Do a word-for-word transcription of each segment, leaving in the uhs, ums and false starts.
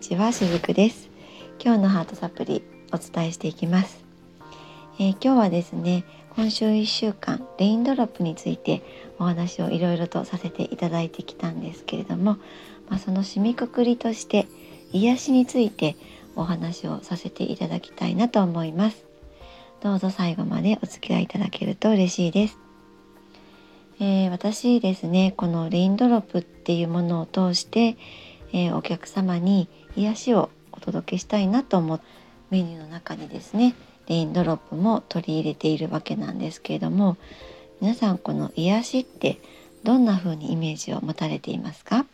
ちは、しずくです。今日のハートサプリお伝えしていきます。えー、今日はですね、今週いっしゅうかんレインドロップについてお話をいろいろとさせていただいてきたんですけれども、まあ、その締めくくりとして癒しについてお話をさせていただきたいなと思います。どうぞ最後までお付き合いいただけると嬉しいです。えー、私ですね、このレインドロップっていうものを通して、えー、お客様に癒しをお届けしたいなと思うメニューの中にですね、レインドロップも取り入れているわけなんですけれども、皆さんこの癒しってどんな風にイメージを持たれていますか？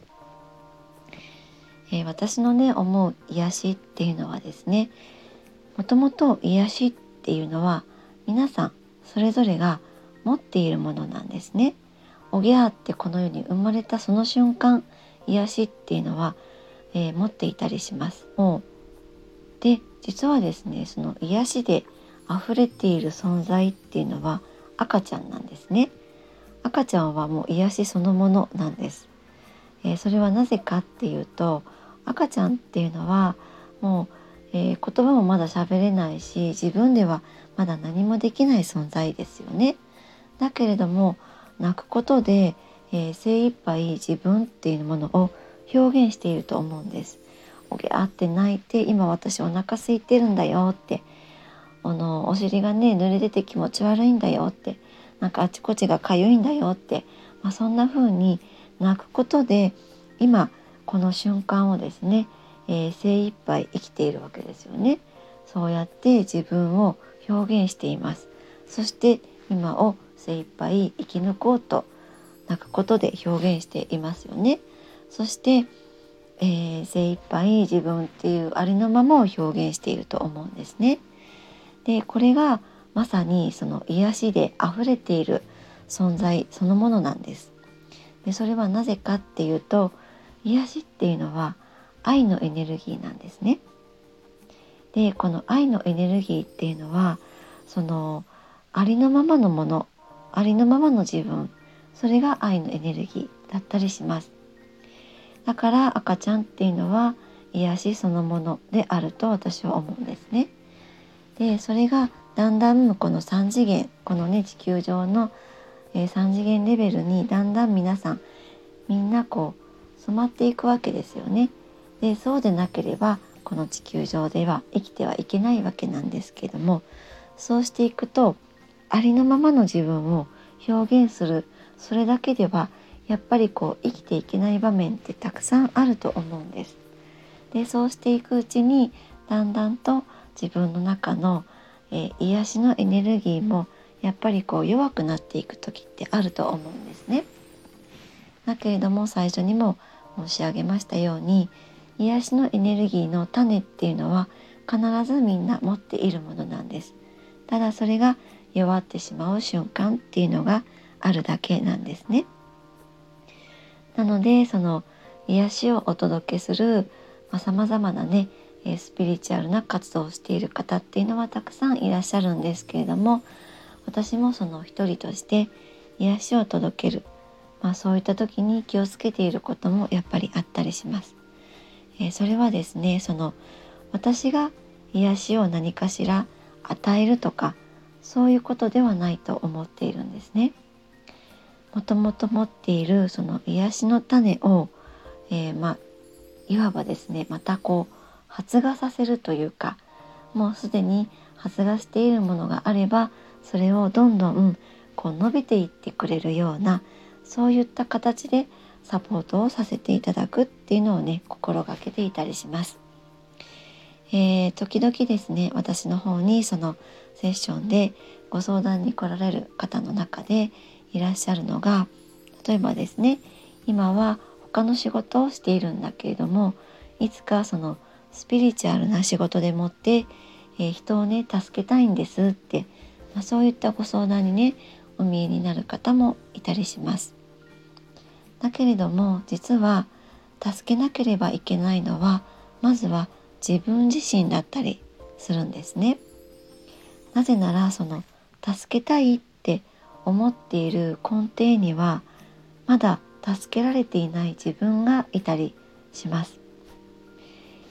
えー、私のね思う癒しっていうのはですね、もともと癒しっていうのは皆さんそれぞれが持っているものなんですね。おぎゃーってこの世に生まれたその瞬間、癒しっていうのは、えー持っていたりします。もうで実はですね、その癒しで溢れている存在っていうのは赤ちゃんなんですね。赤ちゃんはもう癒しそのものなんです。えーそれはなぜかっていうと、赤ちゃんっていうのはもう、えー言葉もまだ喋れないし、自分ではまだ何もできない存在ですよね。だけれども泣くことで、えー精一杯自分っていうものを表現していると思うんです。おぎゃーって泣いて、今私お腹空いてるんだよって、あのお尻がね濡れてて気持ち悪いんだよって、なんかあちこちがかゆいんだよって、まあ、そんな風に泣くことで今この瞬間をですね、えー精一杯生きているわけですよね。そうやって自分を表現しています。そして今を精一杯生き抜こうと泣くことで表現していますよね。そして、えー精一杯自分っていうありのままを表現していると思うんですね。でこれがまさにその癒しで溢れている存在そのものなんです。でそれはなぜかっていうと、癒しっていうのは愛のエネルギーなんですね。でこの愛のエネルギーっていうのは、そのありのままのもの、ありのままの自分、それが愛のエネルギーだったりします。だから赤ちゃんっていうのは癒しそのものであると私は思うんですね。でそれがだんだんこのさん次元、このね地球上の、えー、さん次元レベルにだんだん皆さんみんなこう染まっていくわけですよね。でそうでなければこの地球上では生きてはいけないわけなんですけども、そうしていくとありのままの自分を表現する、それだけではやっぱりこう生きていけない場面ってたくさんあると思うんです。でそうしていくうちにだんだんと自分の中の、えー癒しのエネルギーもやっぱりこう弱くなっていく時ってあると思うんですね。だけれども最初にも申し上げましたように、癒しのエネルギーの種っていうのは必ずみんな持っているものなんです。ただそれが弱ってしまう瞬間っていうのがあるだけなんですね。なのでその癒しをお届けするさまざ、まなねえースピリチュアルな活動をしている方っていうのはたくさんいらっしゃるんですけれども、私もその一人として癒しを届ける、まあ、そういった時に気をつけていることもやっぱりあったりします。えーそれはですね、その私が癒しを何かしら与えるとかそういうことではないと思っているんですね。もともと持っているその癒しの種を、えーまあいわばですね、またこう発芽させるというか、もうすでに発芽しているものがあればそれをどんどんこう伸びていってくれるような、そういった形でサポートをさせていただくっていうのをね心がけていたりします。えー、時々ですね、私の方にそのセッションでご相談に来られる方の中でいらっしゃるのが、例えばですね、今は他の仕事をしているんだけれども、いつかそのスピリチュアルな仕事でもって、えー人をね助けたいんですって、まあ、そういったご相談にねお見えになる方もいたりします。だけれども実は助けなければいけないのはまずは自分自身だったりするんですね。なぜならその助けたいって思っている根底にはまだ助けられていない自分がいたりします。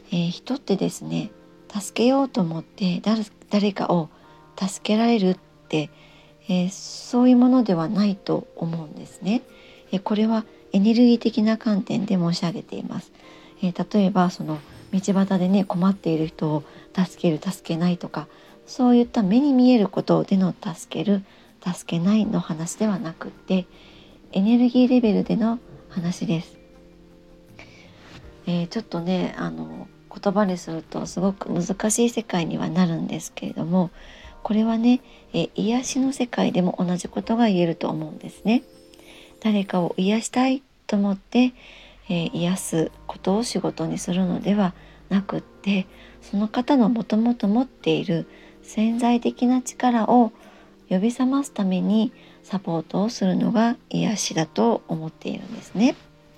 えー人ってですね、助けようと思って誰誰かを助けられるって、えーそういうものではないと思うんですね。えーこれはエネルギー的な観点で申し上げています。えー例えばその道端でね困っている人を助ける助けないとか、そういった目に見えることでの助ける助けないの話ではなくって、エネルギーレベルでの話です。えーちょっとねあの言葉にするとすごく難しい世界にはなるんですけれども、これはね、えー癒しの世界でも同じことが言えると思うんですね。誰かを癒したいと思って、えー癒すことを仕事にするのではなくって、その方のもともと持っている潜在的な力を呼び覚ますためにサポートをするのが癒しだと思っているんですね。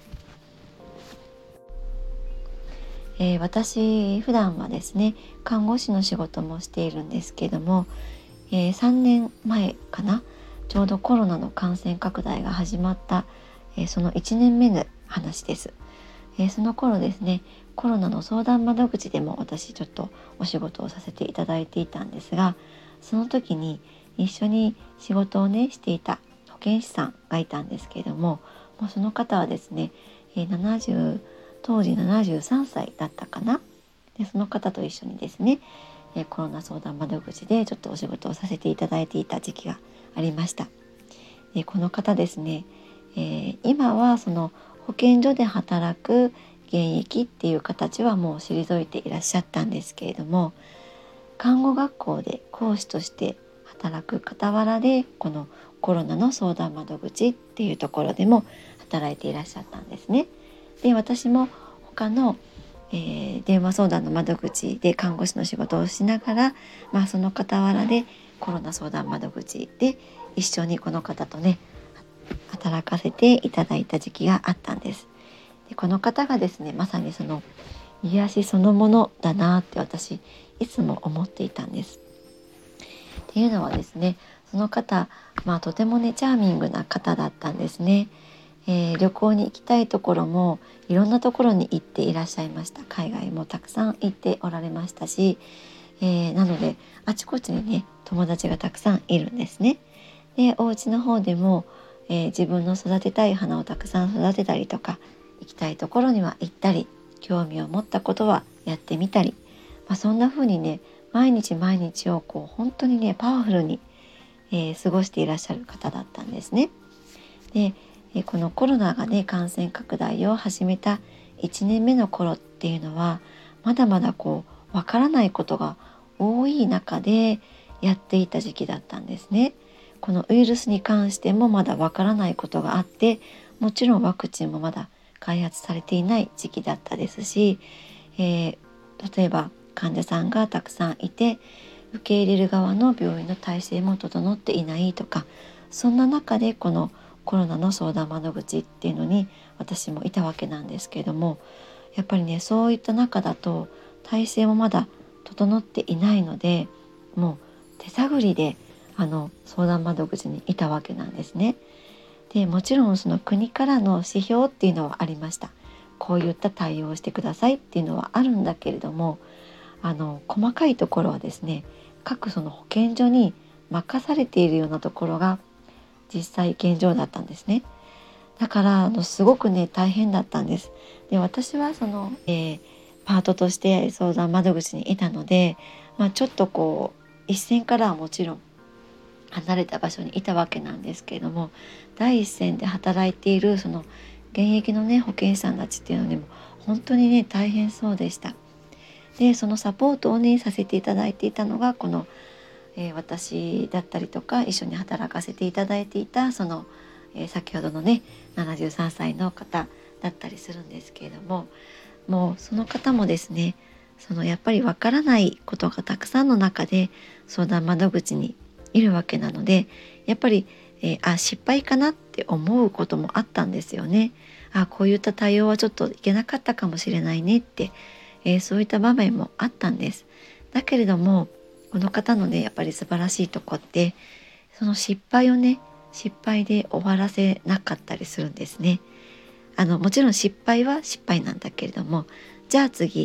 えー私普段はですね看護師の仕事もしているんですけれども、えーさんねんまえかな、ちょうどコロナの感染拡大が始まった、えーそのいちねんめの話です。えーその頃ですね、コロナの相談窓口でも私ちょっとお仕事をさせていただいていたんですが、その時に一緒に仕事をねしていた保健師さんがいたんですけれども、もうその方はですね、えーななじゅう当時ななじゅうさんさいだったかな。でその方と一緒にですね、えーコロナ相談窓口でちょっとお仕事をさせていただいていた時期がありました。でこの方ですね、えー今はその保健所で働く現役っていう形はもう退いていらっしゃったんですけれども、看護学校で講師として働く傍らでこのコロナの相談窓口っていうところでも働いていらっしゃったんですね。で私も他の、えー電話相談の窓口で看護師の仕事をしながら、まあ、その傍らでコロナ相談窓口で一緒にこの方とね働かせていただいた時期があったんです。でこの方がですねまさにその癒しそのものだなって私いつも思っていたんです。っていうのはですね、その方、まあ、とてもねチャーミングな方だったんですね。えー旅行に行きたいところもいろんなところに行っていらっしゃいました。海外もたくさん行っておられましたし、えーなのであちこちにね友達がたくさんいるんですね。でお家の方でも、えー自分の育てたい花をたくさん育てたりとか、行きたいところには行ったり、興味を持ったことはやってみたり、まあ、そんな風にね毎日毎日をこう本当にねパワフルに、えー過ごしていらっしゃる方だったんですね。で、えーこのコロナがね感染拡大を始めたいちねんめの頃っていうのはまだまだこうわからないことが多い中でやっていた時期だったんですね。このウイルスに関してもまだわからないことがあって、もちろんワクチンもまだ開発されていない時期だったですし、えー例えば患者さんがたくさんいて受け入れる側の病院の体制も整っていないとか、そんな中でこのコロナの相談窓口っていうのに私もいたわけなんですけれども、やっぱりねそういった中だと体制もまだ整っていないので、もう手探りであの相談窓口にいたわけなんですね。でもちろんその国からの指標っていうのはありました。こういった対応をしてくださいっていうのはあるんだけれども、あの細かいところはですね各その保健所に任されているようなところが実際現状だったんですね。だからあのすごくね大変だったんです。で私はその、えーパートとして相談窓口にいたので、まあ、ちょっとこう一線からはもちろん離れた場所にいたわけなんですけれども、第一線で働いているその現役のね保健師さんたちっていうのにも本当にね大変そうでした。でそのサポートをねさせていただいていたのがこの、えー私だったりとか一緒に働かせていただいていたその、えー先ほどのねななじゅうさんさいの方だったりするんですけれども、もうその方もですねそのやっぱりわからないことがたくさんの中で相談窓口にいるわけなので、やっぱり、えーあ失敗かなって思うこともあったんですよね。あこういった対応はちょっといけなかったかもしれないねって、えーそういった場面もあったんです。だけれどもこの方のねやっぱり素晴らしいとこってその失敗をね失敗で終わらせなかったりするんですね。あのもちろん失敗は失敗なんだけれども、じゃあ次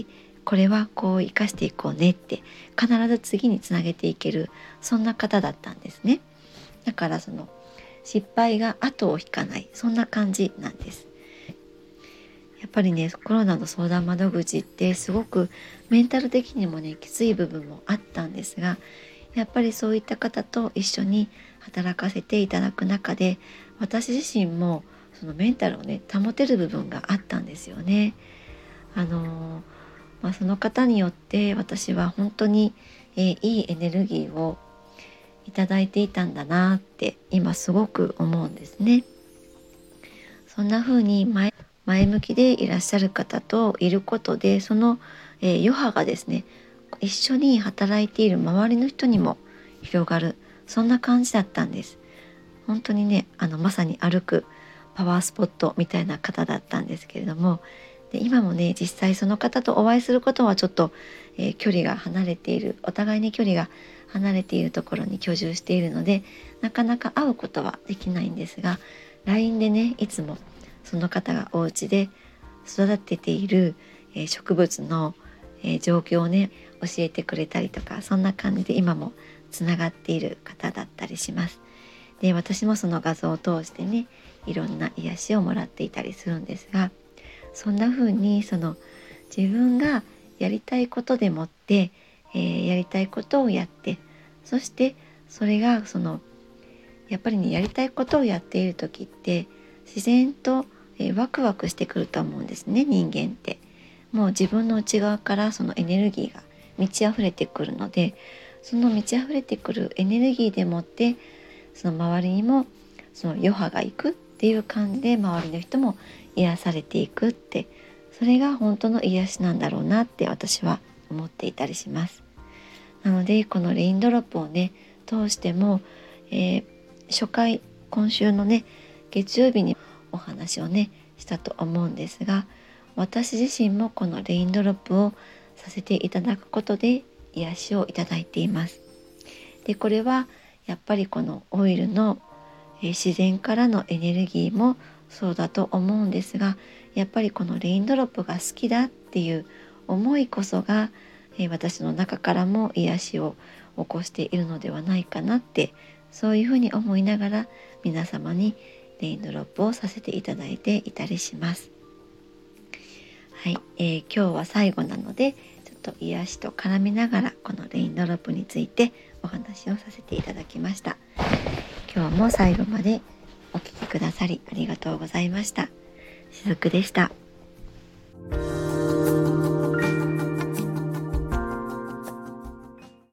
これはこう生かしていこうねって必ず次につなげていける、そんな方だったんですね。だからその失敗が後を引かない、そんな感じなんです。やっぱりね、コロナの相談窓口ってすごくメンタル的にもねきつい部分もあったんですが、やっぱりそういった方と一緒に働かせていただく中で、私自身もそのメンタルをね保てる部分があったんですよね。あのーまあ、その方によって私は本当に、えーいいエネルギーをいただいていたんだなって今すごく思うんですね。そんな風に前前向きでいらっしゃる方といることで、その、えー余波がですね、一緒に働いている周りの人にも広がる、そんな感じだったんです。本当にね、あのまさに歩くパワースポットみたいな方だったんですけれども、で今もね実際その方とお会いすることはちょっと、えー距離が離れている、お互いに距離が離れているところに居住しているので、なかなか会うことはできないんですが、 ライン でねいつもその方がお家で育てている、えー植物の、えー状況をね教えてくれたりとか、そんな感じで今もつながっている方だったりします。で私もその画像を通してねいろんな癒しをもらっていたりするんですが、そんな風にその自分がやりたいことでもって、えーやりたいことをやって、そしてそれがそのやっぱりねやりたいことをやっている時って自然と、えーワクワクしてくると思うんですね。人間ってもう自分の内側からそのエネルギーが満ち溢れてくるので、その満ち溢れてくるエネルギーでもってその周りにもその余波がいくっていう感じで、周りの人も癒されていくって、それが本当の癒しなんだろうなって私は思っていたりします。なのでこのレインドロップをね通しても、えー初回今週のね月曜日にお話をねしたと思うんですが、私自身もこのレインドロップをさせていただくことで癒しをいただいています。でこれはやっぱりこのオイルの、えー自然からのエネルギーもそうだと思うんですが、やっぱりこのレインドロップが好きだっていう思いこそが、えー私の中からも癒しを起こしているのではないかなって、そういうふうに思いながら皆様にレインドロップをさせていただいていたりします。はい、えー今日は最後なのでちょっと癒しと絡みながらこのレインドロップについてお話をさせていただきました。今日も最後までお聞きくださりありがとうございました。しずくでした。